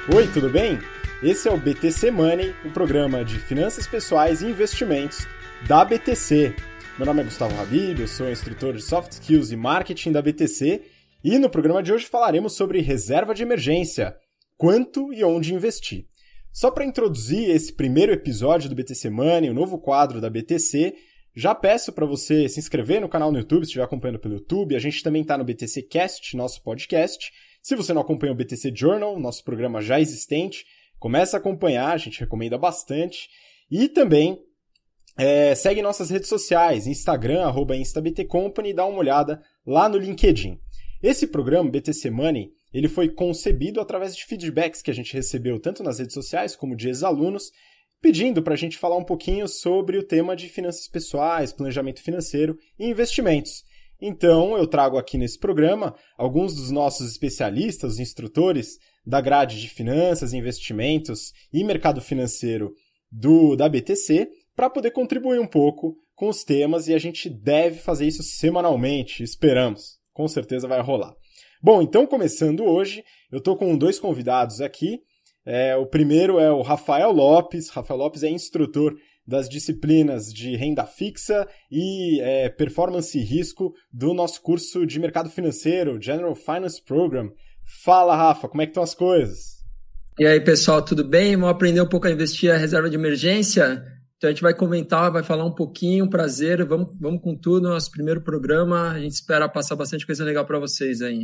Oi, tudo bem? Esse é o BTC Money, o programa de finanças pessoais e investimentos da BTC. Meu nome é Gustavo Habib, eu sou instrutor de Soft Skills e Marketing da BTC e no programa de hoje falaremos sobre reserva de emergência, quanto e onde investir. Só para introduzir esse primeiro episódio do BTC Money, o novo quadro da BTC, já peço para você se inscrever no canal no YouTube, se estiver acompanhando pelo YouTube. A gente também está no BTC Cast, nosso podcast. Se você não acompanha o BTC Journal, nosso programa já existente, comece a acompanhar, a gente recomenda bastante. E também segue nossas redes sociais, Instagram, @instabtcompany, e dá uma olhada lá no LinkedIn. Esse programa, BTC Money, ele foi concebido através de feedbacks que a gente recebeu tanto nas redes sociais como de ex-alunos, pedindo para a gente falar um pouquinho sobre o tema de finanças pessoais, planejamento financeiro e investimentos. Então, eu trago aqui nesse programa alguns dos nossos especialistas, os instrutores da grade de finanças, investimentos e mercado financeiro da BTC, para poder contribuir um pouco com os temas, e a gente deve fazer isso semanalmente, esperamos. Com certeza vai rolar. Bom, então começando hoje, eu estou com dois convidados aqui. O primeiro é o Rafael Lopes. Rafael Lopes é instrutor das disciplinas de renda fixa e performance e risco do nosso curso de mercado financeiro, General Finance Program. Fala, Rafa, como é que estão as coisas? E aí, pessoal, tudo bem? Vamos aprender um pouco a investir a reserva de emergência? Então a gente vai comentar, vai falar um pouquinho, prazer, vamos com tudo, nosso primeiro programa, a gente espera passar bastante coisa legal para vocês aí.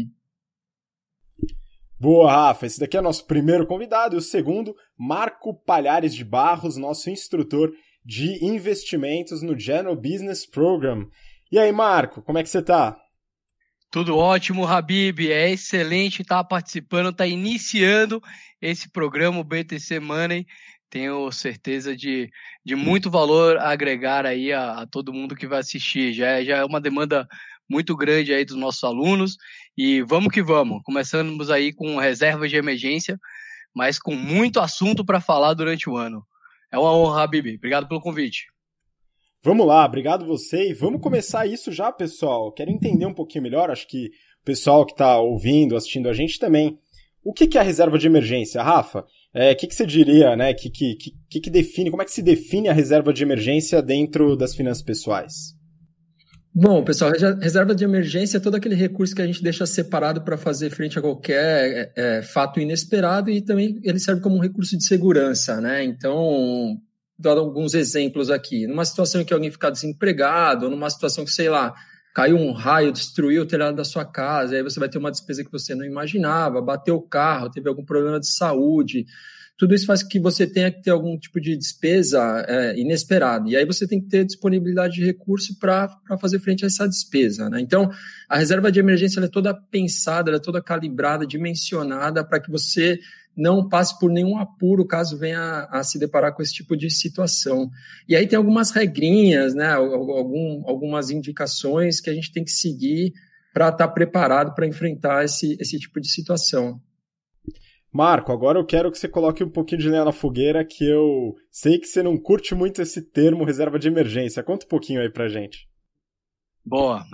Boa, Rafa, esse daqui é nosso primeiro convidado, e o segundo, Marco Palhares de Barros, nosso instrutor de investimentos no General Business Program. E aí, Marco, como é que você tá? Tudo ótimo, Habib, é excelente estar participando, estar iniciando esse programa, o BTC Money. Tenho certeza de muito valor a agregar aí a todo mundo que vai assistir. Já é uma demanda muito grande aí dos nossos alunos. E vamos que vamos. Começamos aí com reserva de emergência, mas com muito assunto para falar durante o ano. É uma honra, Habib. Obrigado pelo convite. Vamos lá, obrigado você. E vamos começar isso já, pessoal. Quero entender um pouquinho melhor, acho que o pessoal que está ouvindo, assistindo a gente também. O que é a reserva de emergência, Rafa? O que você diria, né? Que define, como é que se define a reserva de emergência dentro das finanças pessoais? Bom, pessoal, reserva de emergência é todo aquele recurso que a gente deixa separado para fazer frente a qualquer fato inesperado, e também ele serve como um recurso de segurança, né? Então, dou alguns exemplos aqui. Numa situação em que alguém ficar desempregado, ou numa situação que, sei lá, caiu um raio, destruiu o telhado da sua casa, aí você vai ter uma despesa que você não imaginava, bateu o carro, teve algum problema de saúde. Tudo isso faz com que você tenha que ter algum tipo de despesa inesperada. E aí você tem que ter disponibilidade de recurso para fazer frente a essa despesa, né? Então, a reserva de emergência ela é toda pensada, ela é toda calibrada, dimensionada para que você não passe por nenhum apuro caso venha a se deparar com esse tipo de situação. E aí tem algumas regrinhas, né? Algumas indicações que a gente tem que seguir para estar preparado para enfrentar esse tipo de situação. Marco, agora eu quero que você coloque um pouquinho de lenha na fogueira, que eu sei que você não curte muito esse termo reserva de emergência. Conta um pouquinho aí pra gente. Boa,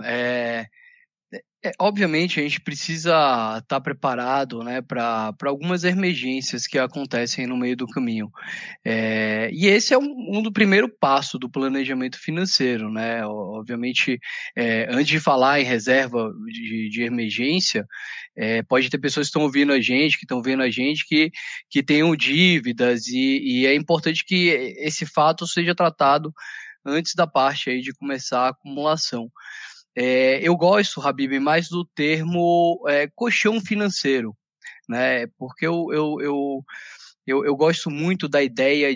obviamente a gente precisa estar preparado, né, para algumas emergências que acontecem no meio do caminho. E esse é um do primeiro passo do planejamento financeiro, né? Obviamente, antes de falar em reserva de emergência, pode ter pessoas que estão ouvindo a gente, que estão vendo a gente, que tenham dívidas, e é importante que esse fato seja tratado antes da parte aí de começar a acumulação. Eu gosto, Habib, mais do termo colchão financeiro, né? Porque eu gosto muito da ideia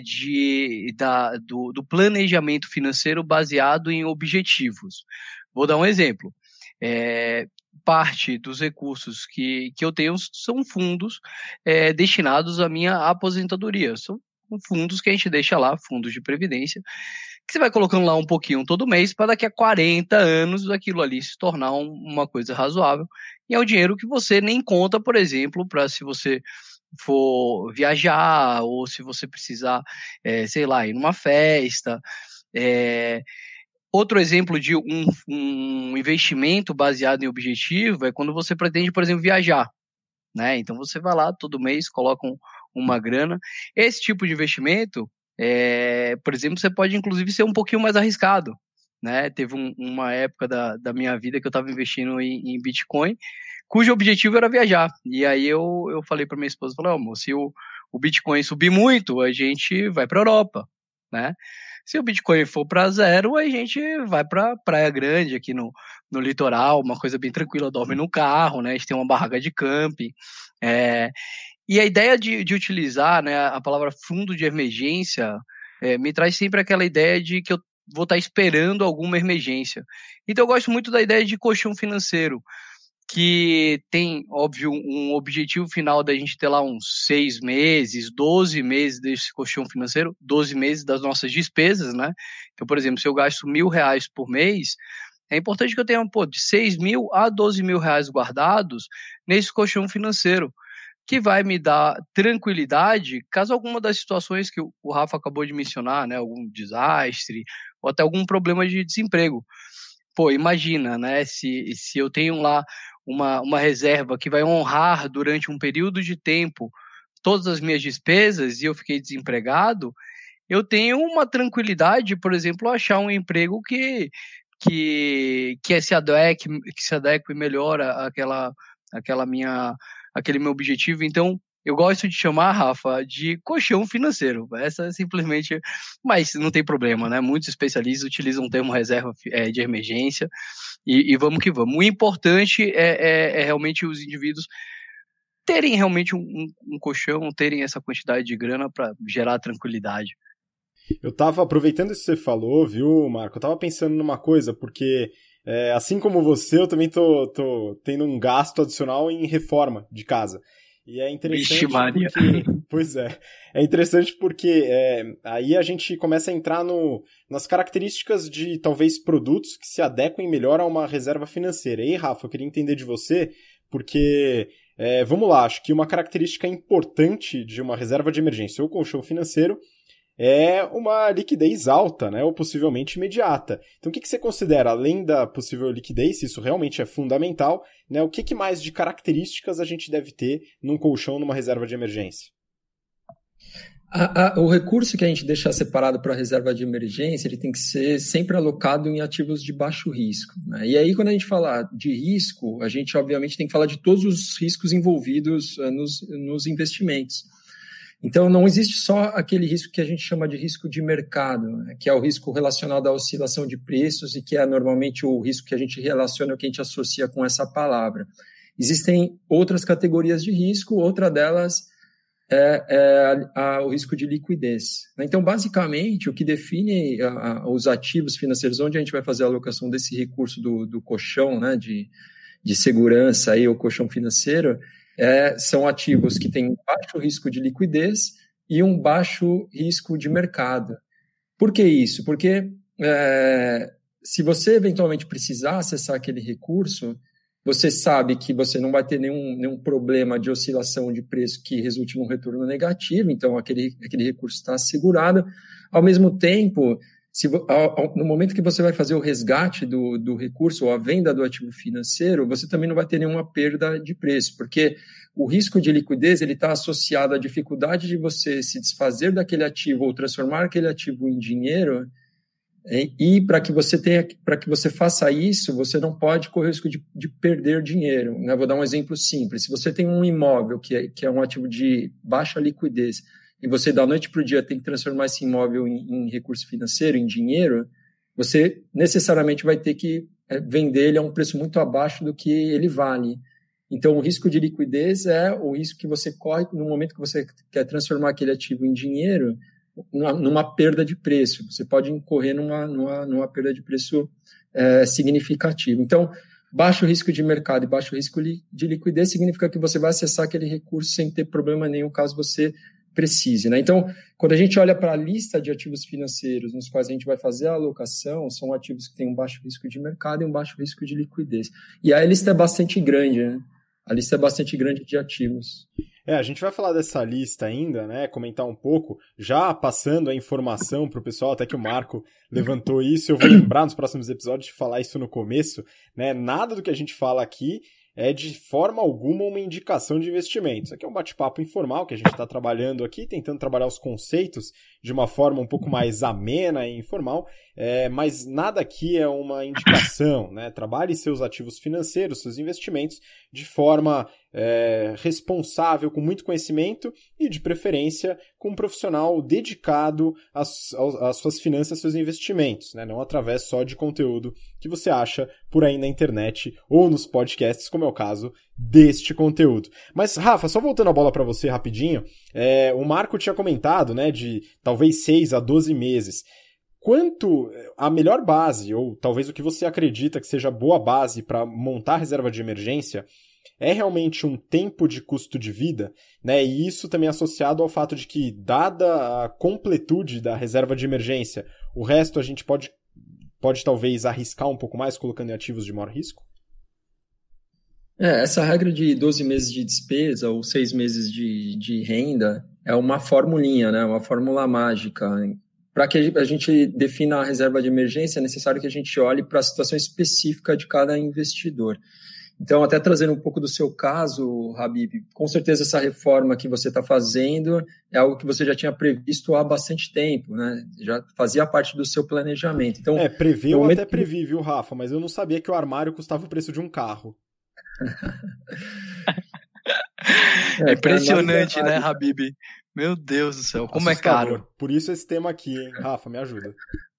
do planejamento financeiro baseado em objetivos. Vou dar um exemplo. Parte dos recursos que eu tenho são fundos destinados à minha aposentadoria. São fundos que a gente deixa lá, fundos de previdência, que você vai colocando lá um pouquinho todo mês para daqui a 40 anos aquilo ali se tornar uma coisa razoável. E é o dinheiro que você nem conta, por exemplo, para se você for viajar ou se você precisar, sei lá, ir numa festa. Outro exemplo de um investimento baseado em objetivo é quando você pretende, por exemplo, viajar, né? Então você vai lá todo mês, coloca uma grana. Esse tipo de investimento, por exemplo, você pode inclusive ser um pouquinho mais arriscado, né? Teve uma época da minha vida que eu estava investindo em Bitcoin, cujo objetivo era viajar. E aí eu falei para minha esposa, amor, se o Bitcoin subir muito, a gente vai para a Europa, né? Se o Bitcoin for para zero, a gente vai para Praia Grande, aqui no litoral, uma coisa bem tranquila, dorme no carro, né? A gente tem uma barraca de camping. E a ideia de utilizar, né, a palavra fundo de emergência me traz sempre aquela ideia de que eu vou estar esperando alguma emergência. Então eu gosto muito da ideia de colchão financeiro, que tem, óbvio, um objetivo final da gente ter lá uns 6 meses, 12 meses desse colchão financeiro, 12 meses das nossas despesas, né? Então, por exemplo, se eu gasto R$1.000 por mês, é importante que eu tenha, de 6 mil a 12 mil reais guardados nesse colchão financeiro, que vai me dar tranquilidade caso alguma das situações que o Rafa acabou de mencionar, né? Algum desastre ou até algum problema de desemprego. Imagina, né? Se eu tenho lá uma reserva que vai honrar durante um período de tempo todas as minhas despesas e eu fiquei desempregado, eu tenho uma tranquilidade, por exemplo, achar um emprego que se adeque melhor aquele meu objetivo. Então, eu gosto de chamar, Rafa, de colchão financeiro. Essa é simplesmente... Mas não tem problema, né? Muitos especialistas utilizam o termo reserva de emergência e vamos que vamos. O importante é realmente os indivíduos terem realmente um colchão, terem essa quantidade de grana para gerar tranquilidade. Eu tava aproveitando isso que você falou, viu, Marco? Eu tava pensando numa coisa, porque assim como você, eu também tô tendo um gasto adicional em reforma de casa. E é interessante porque... Pois é. É interessante porque aí a gente começa a entrar nas características de, talvez, produtos que se adequem melhor a uma reserva financeira. E aí, Rafa, eu queria entender de você, porque, vamos lá, acho que uma característica importante de uma reserva de emergência ou colchão financeiro é uma liquidez alta, né, ou possivelmente imediata. Então, o que você considera, além da possível liquidez, se isso realmente é fundamental, né, o que mais de características a gente deve ter num colchão, numa reserva de emergência? O recurso que a gente deixar separado para a reserva de emergência, ele tem que ser sempre alocado em ativos de baixo risco, né? E aí, quando a gente fala de risco, a gente obviamente tem que falar de todos os riscos envolvidos nos investimentos. Então, não existe só aquele risco que a gente chama de risco de mercado, né, que é o risco relacionado à oscilação de preços e que é normalmente o risco que a gente relaciona, que a gente associa com essa palavra. Existem outras categorias de risco, outra delas o risco de liquidez. Então, basicamente, o que define os ativos financeiros, onde a gente vai fazer a alocação desse recurso do colchão, né, de segurança, aí, o colchão financeiro, são ativos que têm baixo risco de liquidez e um baixo risco de mercado. Por que isso? Porque se você eventualmente precisar acessar aquele recurso, você sabe que você não vai ter nenhum problema de oscilação de preço que resulte num retorno negativo, então aquele recurso está assegurado. Ao mesmo tempo, no momento que você vai fazer o resgate do recurso ou a venda do ativo financeiro, você também não vai ter nenhuma perda de preço, porque o risco de liquidez está associado à dificuldade de você se desfazer daquele ativo ou transformar aquele ativo em dinheiro. E para que você faça isso, você não pode correr o risco de perder dinheiro, né? Vou dar um exemplo simples. Se você tem um imóvel que é um ativo de baixa liquidez e você da noite para o dia tem que transformar esse imóvel em recurso financeiro, em dinheiro, você necessariamente vai ter que vender ele a um preço muito abaixo do que ele vale. Então, o risco de liquidez é o risco que você corre no momento que você quer transformar aquele ativo em dinheiro, numa perda de preço. Você pode incorrer numa perda de preço significativa. Então, baixo risco de mercado e baixo risco de liquidez significa que você vai acessar aquele recurso sem ter problema nenhum caso você precise, né? Então, quando a gente olha para a lista de ativos financeiros nos quais a gente vai fazer a alocação, são ativos que têm um baixo risco de mercado e um baixo risco de liquidez. E a lista é bastante grande, né? A lista é bastante grande de ativos. A gente vai falar dessa lista ainda, né, comentar um pouco, já passando a informação para o pessoal, até que o Marco levantou isso, eu vou lembrar nos próximos episódios de falar isso no começo, né, nada do que a gente fala aqui é de forma alguma uma indicação de investimento. Isso aqui é um bate-papo informal que a gente está trabalhando aqui, tentando trabalhar os conceitos de uma forma um pouco mais amena e informal, mas nada aqui é uma indicação, né? Trabalhe seus ativos financeiros, seus investimentos de forma responsável, com muito conhecimento e, de preferência, com um profissional dedicado às suas finanças, aos seus investimentos, né? Não através só de conteúdo que você acha por aí na internet ou nos podcasts, como é o caso deste conteúdo. Mas, Rafa, só voltando a bola para você rapidinho, o Marco tinha comentado, né, de talvez 6 a 12 meses. Quanto a melhor base, ou talvez o que você acredita que seja boa base para montar reserva de emergência, é realmente um tempo de custo de vida, né? E isso também é associado ao fato de que, dada a completude da reserva de emergência, o resto a gente pode talvez arriscar um pouco mais colocando em ativos de maior risco? Essa regra de 12 meses de despesa ou 6 meses de renda é uma formulinha, né? Uma fórmula mágica. Para que a gente defina a reserva de emergência, é necessário que a gente olhe para a situação específica de cada investidor. Então, até trazendo um pouco do seu caso, Habib, com certeza essa reforma que você está fazendo é algo que você já tinha previsto há bastante tempo, né? Já fazia parte do seu planejamento. Então, prever eu até previ, viu, Rafa? Mas eu não sabia que o armário custava o preço de um carro. Impressionante, né, Habib? Meu Deus do céu, como assustador. É caro. Por isso esse tema aqui, hein? Rafa, me ajuda.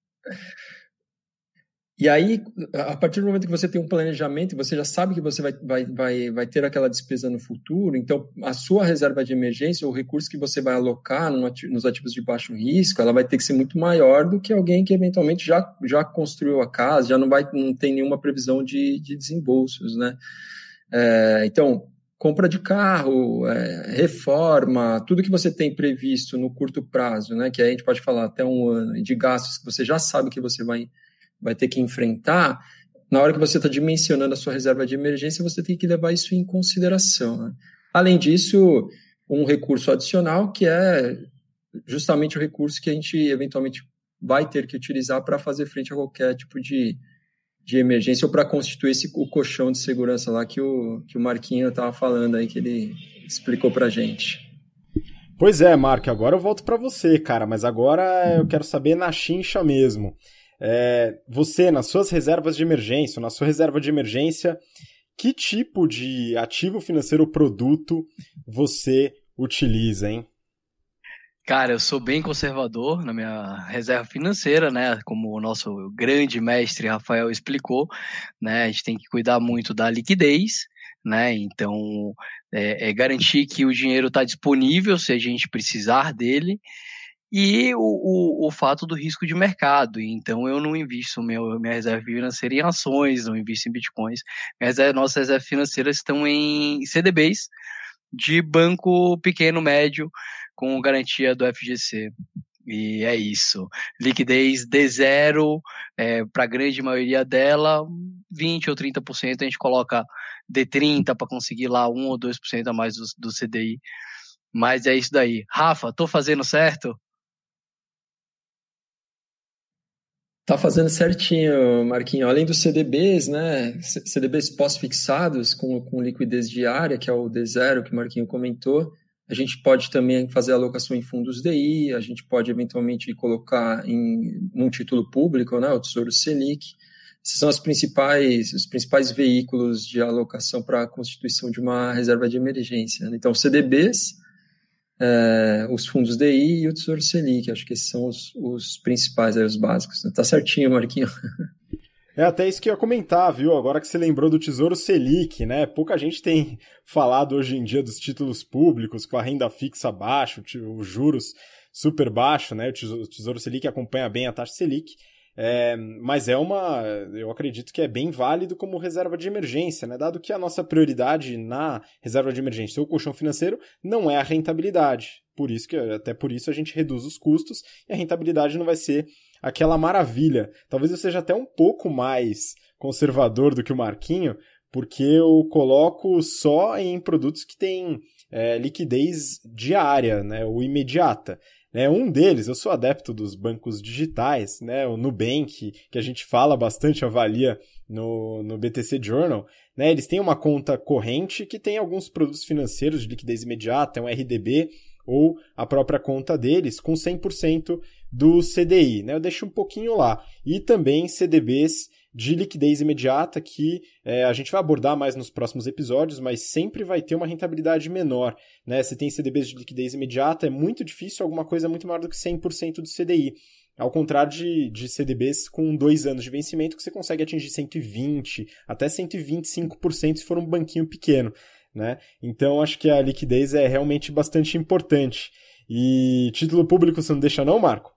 E aí, a partir do momento que você tem um planejamento, você já sabe que você vai ter aquela despesa no futuro, então a sua reserva de emergência, o recurso que você vai alocar nos ativos de baixo risco, ela vai ter que ser muito maior do que alguém que eventualmente já construiu a casa, já não tem nenhuma previsão de desembolsos, né? Então, compra de carro, reforma, tudo que você tem previsto no curto prazo, né? Que aí a gente pode falar até um ano, de gastos que você já sabe que você vai ter que enfrentar, na hora que você está dimensionando a sua reserva de emergência, você tem que levar isso em consideração, né? Além disso, um recurso adicional, que é justamente o recurso que a gente eventualmente vai ter que utilizar para fazer frente a qualquer tipo de emergência ou para constituir o colchão de segurança lá que o Marquinho estava falando aí, que ele explicou para a gente. Pois é, Marco, agora eu volto para você, cara, mas agora eu quero saber na chincha mesmo. Você, nas suas reservas de emergência, na sua reserva de emergência, que tipo de ativo financeiro ou produto você utiliza, hein? Cara, eu sou bem conservador na minha reserva financeira, né? Como o nosso grande mestre Rafael explicou, né? A gente tem que cuidar muito da liquidez, né? Então, garantir que o dinheiro está disponível se a gente precisar dele. E o fato do risco de mercado. Então, eu não invisto minha reserva financeira em ações, não invisto em bitcoins. Nossas reservas financeiras estão em CDBs de banco pequeno, médio, com garantia do FGC. E é isso. Liquidez D0, para a grande maioria dela, 20% ou 30%, a gente coloca D30 para conseguir lá 1% ou 2% a mais do CDI. Mas é isso daí. Rafa, tô fazendo certo? Tá fazendo certinho, Marquinho. Além dos CDBs, né? CDBs pós-fixados com liquidez diária, que é o D0 que o Marquinho comentou, a gente pode também fazer alocação em fundos DI, a gente pode eventualmente colocar num título público, né? O Tesouro Selic. Esses são os principais veículos de alocação para a constituição de uma reserva de emergência, né? Então, CDBs, os fundos DI e o Tesouro Selic, acho que esses são os principais, aí, os básicos. Tá certinho, Marquinho. Até isso que eu ia comentar, viu? Agora que você lembrou do Tesouro Selic, né? Pouca gente tem falado hoje em dia dos títulos públicos com a renda fixa baixa, os juros super baixo, né? O Tesouro Selic acompanha bem a taxa Selic. Mas eu acredito que é bem válido como reserva de emergência, né? Dado que a nossa prioridade na reserva de emergência ou colchão financeiro não é a rentabilidade. Até por isso a gente reduz os custos e a rentabilidade não vai ser aquela maravilha. Talvez eu seja até um pouco mais conservador do que o Marquinho, porque eu coloco só em produtos que têm liquidez diária, né? Ou imediata. né? Um deles, eu sou adepto dos bancos digitais, né? O Nubank, que a gente fala bastante, avalia no BTC Journal, né? Eles têm uma conta corrente que tem alguns produtos financeiros de liquidez imediata, um RDB ou a própria conta deles com 100% do CDI, né? Eu deixo um pouquinho lá. E também CDBs de liquidez imediata que a gente vai abordar mais nos próximos episódios, mas sempre vai ter uma rentabilidade menor, né? Se tem CDBs de liquidez imediata, é muito difícil alguma coisa muito maior do que 100% do CDI. Ao contrário de CDBs com 2 anos de vencimento, que você consegue atingir 120%, até 125% se for um banquinho pequeno, né? Então, acho que a liquidez é realmente bastante importante. E título público você não deixa não, Marco?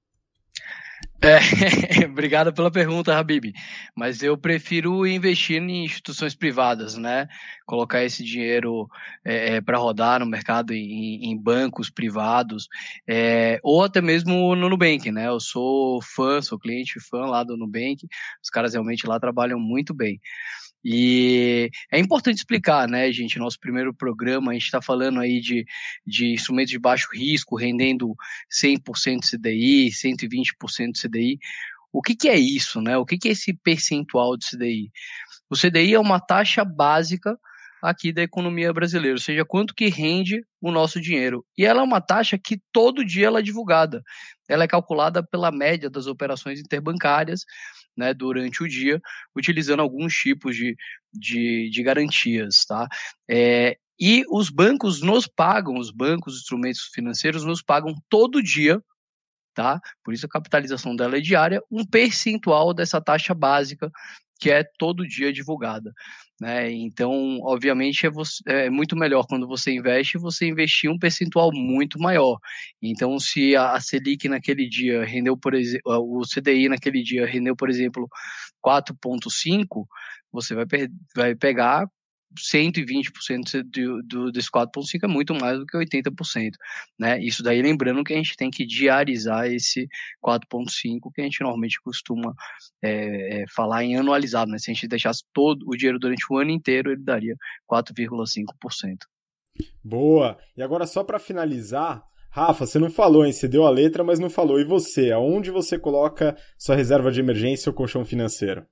Obrigado pela pergunta, Habib. Mas eu prefiro investir em instituições privadas, né? Colocar esse dinheiro para rodar no mercado em bancos privados, ou até mesmo no Nubank, né? Eu sou cliente fã lá do Nubank. Os caras realmente lá trabalham muito bem. E é importante explicar, né, gente, nosso primeiro programa, a gente está falando aí de instrumentos de baixo risco, rendendo 100% CDI, 120% CDI. O que é isso, né? O que é esse percentual de CDI? O CDI é uma taxa básica aqui da economia brasileira, ou seja, quanto que rende o nosso dinheiro. E ela é uma taxa que todo dia ela é divulgada. Ela é calculada pela média das operações interbancárias, né, durante o dia, utilizando alguns tipos de garantias, tá? E os bancos nos pagam, os instrumentos financeiros nos pagam todo dia, tá? Por isso a capitalização dela é diária, um percentual dessa taxa básica que é todo dia divulgada, né? Então, obviamente, é muito melhor quando você investir um percentual muito maior. Então, se a Selic naquele dia rendeu, por exemplo, o CDI naquele dia rendeu, por exemplo, 4,5%, você vai pegar 120% desse 4,5% é muito mais do que 80%, né? Isso daí lembrando que a gente tem que diarizar esse 4,5% que a gente normalmente costuma falar em anualizado, né? Se a gente deixasse todo o dinheiro durante o ano inteiro, ele daria 4,5%. Boa! E agora só para finalizar, Rafa, você não falou, hein? Você deu a letra, mas não falou. E você? Aonde você coloca sua reserva de emergência ou colchão financeiro?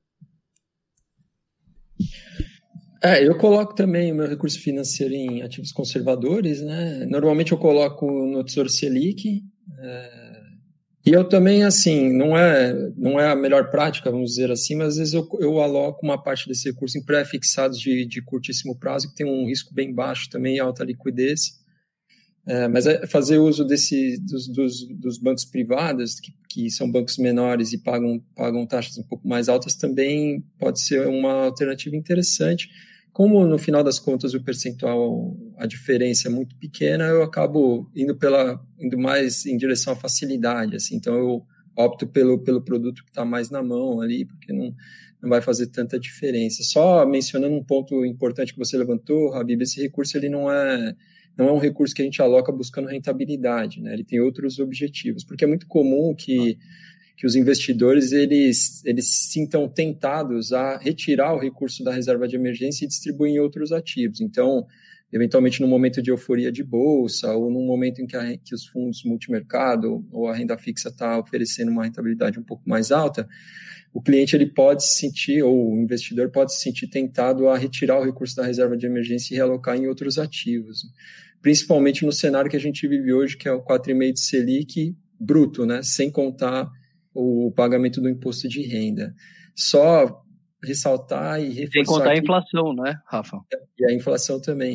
Eu coloco também o meu recurso financeiro em ativos conservadores, né? Normalmente eu coloco no Tesouro Selic. E eu também, assim, não é a melhor prática, vamos dizer assim, mas às vezes eu aloco uma parte desse recurso em pré-fixados de curtíssimo prazo, que tem um risco bem baixo também e alta liquidez. Mas fazer uso dos bancos privados, que são bancos menores e pagam taxas um pouco mais altas, também pode ser uma alternativa interessante. Como no final das contas o percentual, a diferença é muito pequena, eu acabo indo mais em direção à facilidade, assim. Então eu opto pelo produto que está mais na mão ali, porque não vai fazer tanta diferença. Só mencionando um ponto importante que você levantou, Habib, esse recurso ele não é um recurso que a gente aloca buscando rentabilidade, né? Ele tem outros objetivos, porque é muito comum que os investidores eles se sintam tentados a retirar o recurso da reserva de emergência e distribuir em outros ativos. Então, eventualmente, no momento de euforia de bolsa ou num momento em que os fundos multimercado ou a renda fixa está oferecendo uma rentabilidade um pouco mais alta, o cliente ele pode se sentir, ou o investidor pode se sentir tentado a retirar o recurso da reserva de emergência e realocar em outros ativos. Principalmente no cenário que a gente vive hoje, que é o 4,5% de Selic bruto, né? Sem contar o pagamento do imposto de renda. Só ressaltar e reforçar... Sem contar a inflação, né, Rafa? E a inflação também.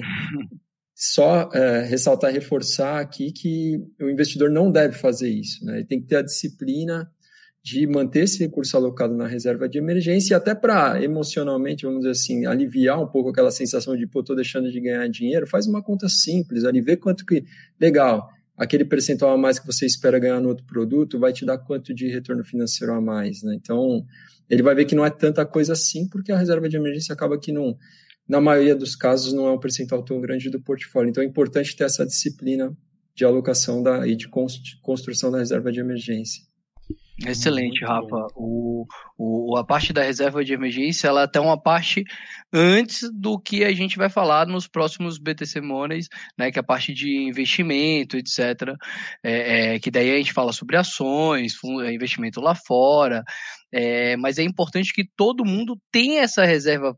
Só ressaltar e reforçar aqui que o investidor não deve fazer isso, né? Ele tem que ter a disciplina de manter esse recurso alocado na reserva de emergência e até para emocionalmente, vamos dizer assim, aliviar um pouco aquela sensação de, estou deixando de ganhar dinheiro, faz uma conta simples, ali vê quanto que... Legal, aquele percentual a mais que você espera ganhar no outro produto vai te dar quanto de retorno financeiro a mais, né? Então, ele vai ver que não é tanta coisa assim, porque a reserva de emergência acaba que não, na maioria dos casos, não é um percentual tão grande do portfólio. Então, é importante ter essa disciplina de alocação e de construção da reserva de emergência. Excelente, Muito Rafa. bom. A parte da reserva de emergência, ela tem uma parte antes do que a gente vai falar nos próximos BTC Mondays, né, que é a parte de investimento, etc. Que daí a gente fala sobre ações, investimento lá fora, mas é importante que todo mundo tenha essa reserva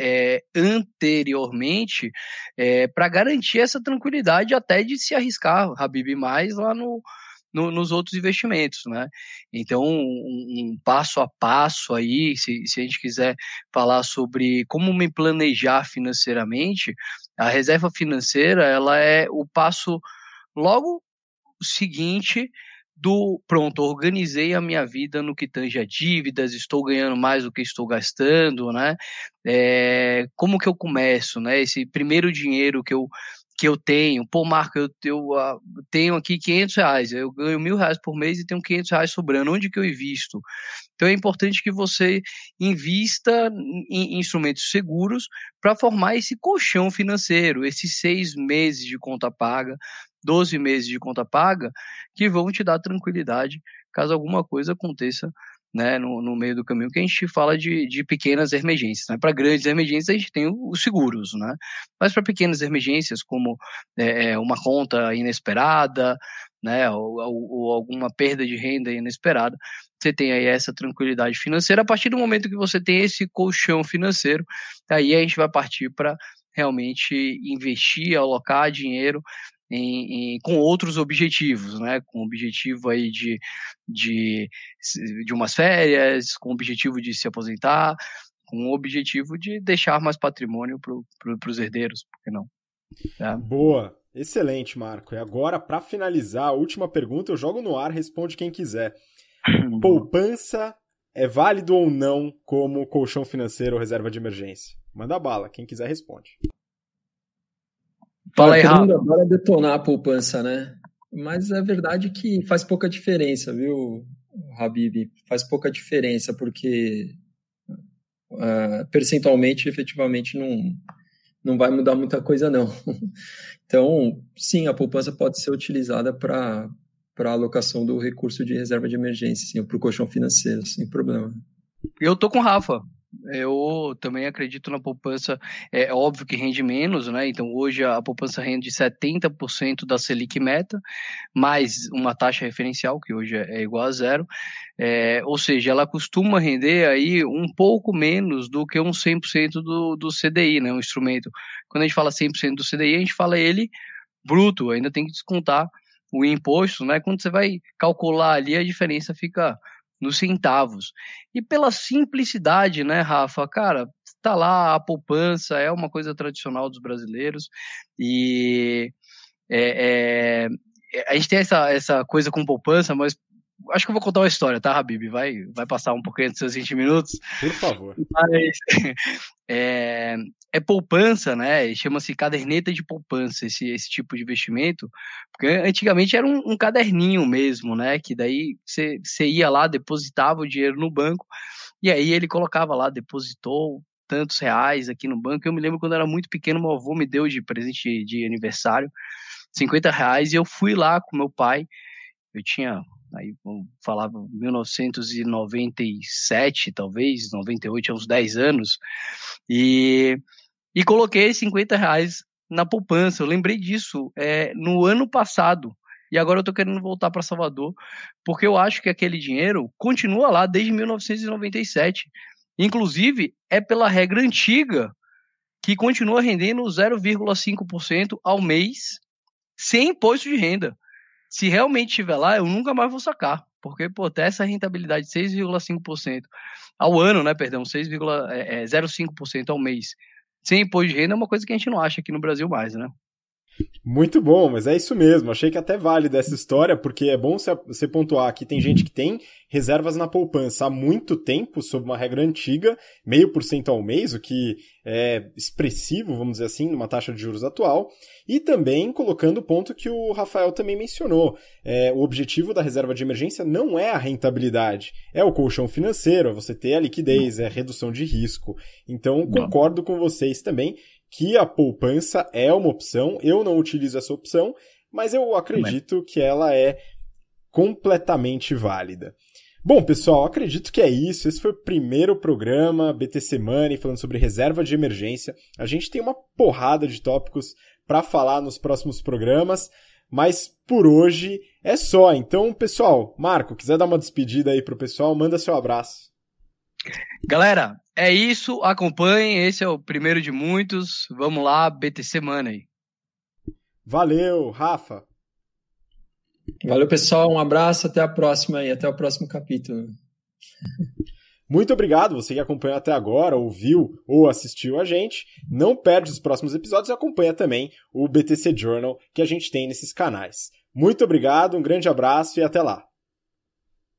anteriormente para garantir essa tranquilidade até de se arriscar, Habib, mais lá nos outros investimentos, né? Então, um passo a passo aí, se a gente quiser falar sobre como me planejar financeiramente, a reserva financeira, ela é o passo logo seguinte pronto, organizei a minha vida no que tange a dívidas, estou ganhando mais do que estou gastando, né? Como que eu começo, né? Esse primeiro dinheiro que eu tenho, pô, Marco, eu tenho aqui R$500, eu ganho R$1.000 por mês e tenho R$500 sobrando, onde que eu invisto? Então é importante que você invista em instrumentos seguros para formar esse colchão financeiro, esses 6 meses de conta paga, 12 meses de conta paga, que vão te dar tranquilidade caso alguma coisa aconteça, né, no meio do caminho, que a gente fala de pequenas emergências, né? Para grandes emergências a gente tem os seguros, né? Mas para pequenas emergências, como uma conta inesperada, né, ou alguma perda de renda inesperada, você tem aí essa tranquilidade financeira. A partir do momento que você tem esse colchão financeiro, aí a gente vai partir para realmente investir, alocar dinheiro com outros objetivos, né? Com o objetivo aí de umas férias, com o objetivo de se aposentar, com o objetivo de deixar mais patrimônio para os herdeiros, por que não? Tá? Boa, excelente, Marco. E agora, para finalizar, a última pergunta, eu jogo no ar, responde quem quiser. Poupança é válido ou não como colchão financeiro ou reserva de emergência? Manda bala, quem quiser responde. Fala aí, Rafa. Todo mundo adora detonar a poupança, né? Mas é verdade que faz pouca diferença, viu, Habib? Faz pouca diferença, porque percentualmente, efetivamente, não vai mudar muita coisa, não. Então, sim, a poupança pode ser utilizada para a alocação do recurso de reserva de emergência, sim, para o colchão financeiro, sem problema. Eu tô com o Rafa. Eu também acredito na poupança. É óbvio que rende menos, né? Então, hoje a poupança rende 70% da Selic Meta, mais uma taxa referencial, que hoje é igual a zero. Ou seja, ela costuma render aí um pouco menos do que um 100% do CDI, né? Um instrumento. Quando a gente fala 100% do CDI, a gente fala ele bruto, ainda tem que descontar o imposto, né? Quando você vai calcular ali, a diferença fica nos centavos. E pela simplicidade, né, Rafa? Cara, tá lá, a poupança é uma coisa tradicional dos brasileiros e a gente tem essa coisa com poupança, mas acho que eu vou contar uma história, tá, Habib? Vai passar um pouquinho dos seus 20 minutos. Por favor. Mas poupança, né? Chama-se caderneta de poupança, esse tipo de investimento, porque antigamente era um caderninho mesmo, né? Que daí você ia lá, depositava o dinheiro no banco, e aí ele colocava lá, depositou tantos reais aqui no banco. Eu me lembro quando eu era muito pequeno, meu avô me deu de presente de aniversário R$50, e eu fui lá com meu pai, eu tinha... Aí falava 1997, talvez, 98, tinha uns 10 anos, e coloquei R$50 na poupança. Eu lembrei disso no ano passado, e agora eu tô querendo voltar para Salvador, porque eu acho que aquele dinheiro continua lá desde 1997. Inclusive, é pela regra antiga, que continua rendendo 0,5% ao mês, sem imposto de renda. Se realmente estiver lá, eu nunca mais vou sacar, porque, ter essa rentabilidade de 6,5% ao ano, né, perdão, 0,5% ao mês, sem imposto de renda, é uma coisa que a gente não acha aqui no Brasil mais, né? Muito bom, mas é isso mesmo. Achei que até vale dessa história, porque é bom você pontuar que tem gente que tem reservas na poupança há muito tempo, sob uma regra antiga, 0,5% ao mês, o que é expressivo, vamos dizer assim, numa taxa de juros atual, e também colocando o ponto que o Rafael também mencionou. O objetivo da reserva de emergência não é a rentabilidade, é o colchão financeiro, é você ter a liquidez, é a redução de risco. Então, concordo com vocês também que a poupança é uma opção. Eu não utilizo essa opção, mas eu acredito que ela é completamente válida. Bom, pessoal, acredito que é isso. Esse foi o primeiro programa BTC Money falando sobre reserva de emergência. A gente tem uma porrada de tópicos para falar nos próximos programas, mas por hoje é só. Então, pessoal, Marco, quiser dar uma despedida aí pro pessoal, manda seu abraço. Galera, é isso. Acompanhem. Esse é o primeiro de muitos. Vamos lá, BTC Money. Valeu, Rafa. Valeu, pessoal. Um abraço. Até a próxima e até o próximo capítulo. Muito obrigado, você que acompanhou até agora, ouviu ou assistiu a gente. Não perde os próximos episódios e acompanha também o BTC Journal que a gente tem nesses canais. Muito obrigado, um grande abraço e até lá.